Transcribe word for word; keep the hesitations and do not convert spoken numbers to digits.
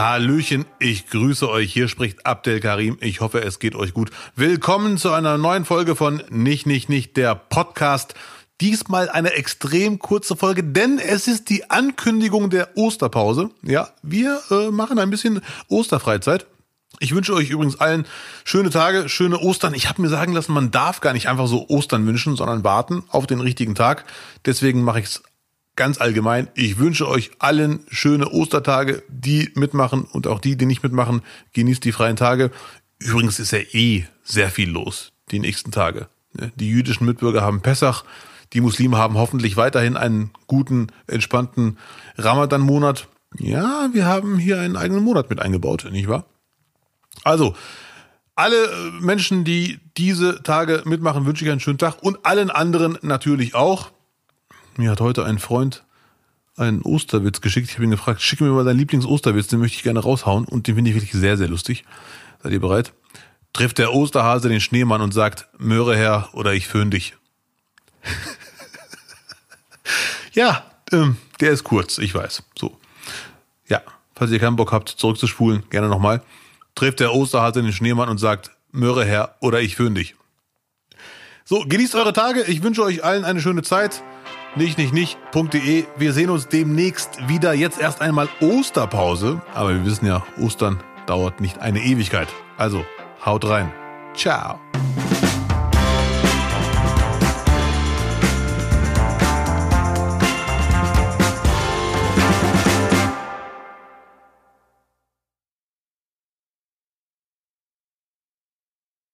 Hallöchen, ich grüße euch. Hier spricht Abdel Karim. Ich hoffe, es geht euch gut. Willkommen zu einer neuen Folge von Nicht, Nicht, Nicht, der Podcast. Diesmal eine extrem kurze Folge, denn es ist die Ankündigung der Osterpause. Ja, wir äh, machen ein bisschen Osterfreizeit. Ich wünsche euch übrigens allen schöne Tage, schöne Ostern. Ich habe mir sagen lassen, man darf gar nicht einfach so Ostern wünschen, sondern warten auf den richtigen Tag. Deswegen mache ich es ganz allgemein. Ich wünsche euch allen schöne Ostertage, die mitmachen und auch die, die nicht mitmachen. Genießt die freien Tage. Übrigens ist ja eh sehr viel los die nächsten Tage. Die jüdischen Mitbürger haben Pessach. Die Muslime haben hoffentlich weiterhin einen guten, entspannten Ramadan-Monat. Ja, wir haben hier einen eigenen Monat mit eingebaut, nicht wahr? Also, alle Menschen, die diese Tage mitmachen, wünsche ich einen schönen Tag und allen anderen natürlich auch. Mir hat heute ein Freund einen Osterwitz geschickt. Ich habe ihn gefragt, schicke mir mal deinen Lieblings-Osterwitz, den möchte ich gerne raushauen und den finde ich wirklich sehr, sehr lustig. Seid ihr bereit? Trifft der Osterhase den Schneemann und sagt, Möhre her oder ich föhn dich. Ja, ähm, der ist kurz, ich weiß. So. Ja, falls ihr keinen Bock habt, zurückzuspulen, gerne nochmal. Trifft der Osterhase den Schneemann und sagt, Möhre her oder ich föhn dich. So, genießt eure Tage. Ich wünsche euch allen eine schöne Zeit. Nicht, nicht, nicht.de. Wir sehen uns demnächst wieder. Jetzt erst einmal Osterpause. Aber wir wissen ja, Ostern dauert nicht eine Ewigkeit. Also, haut rein. Ciao.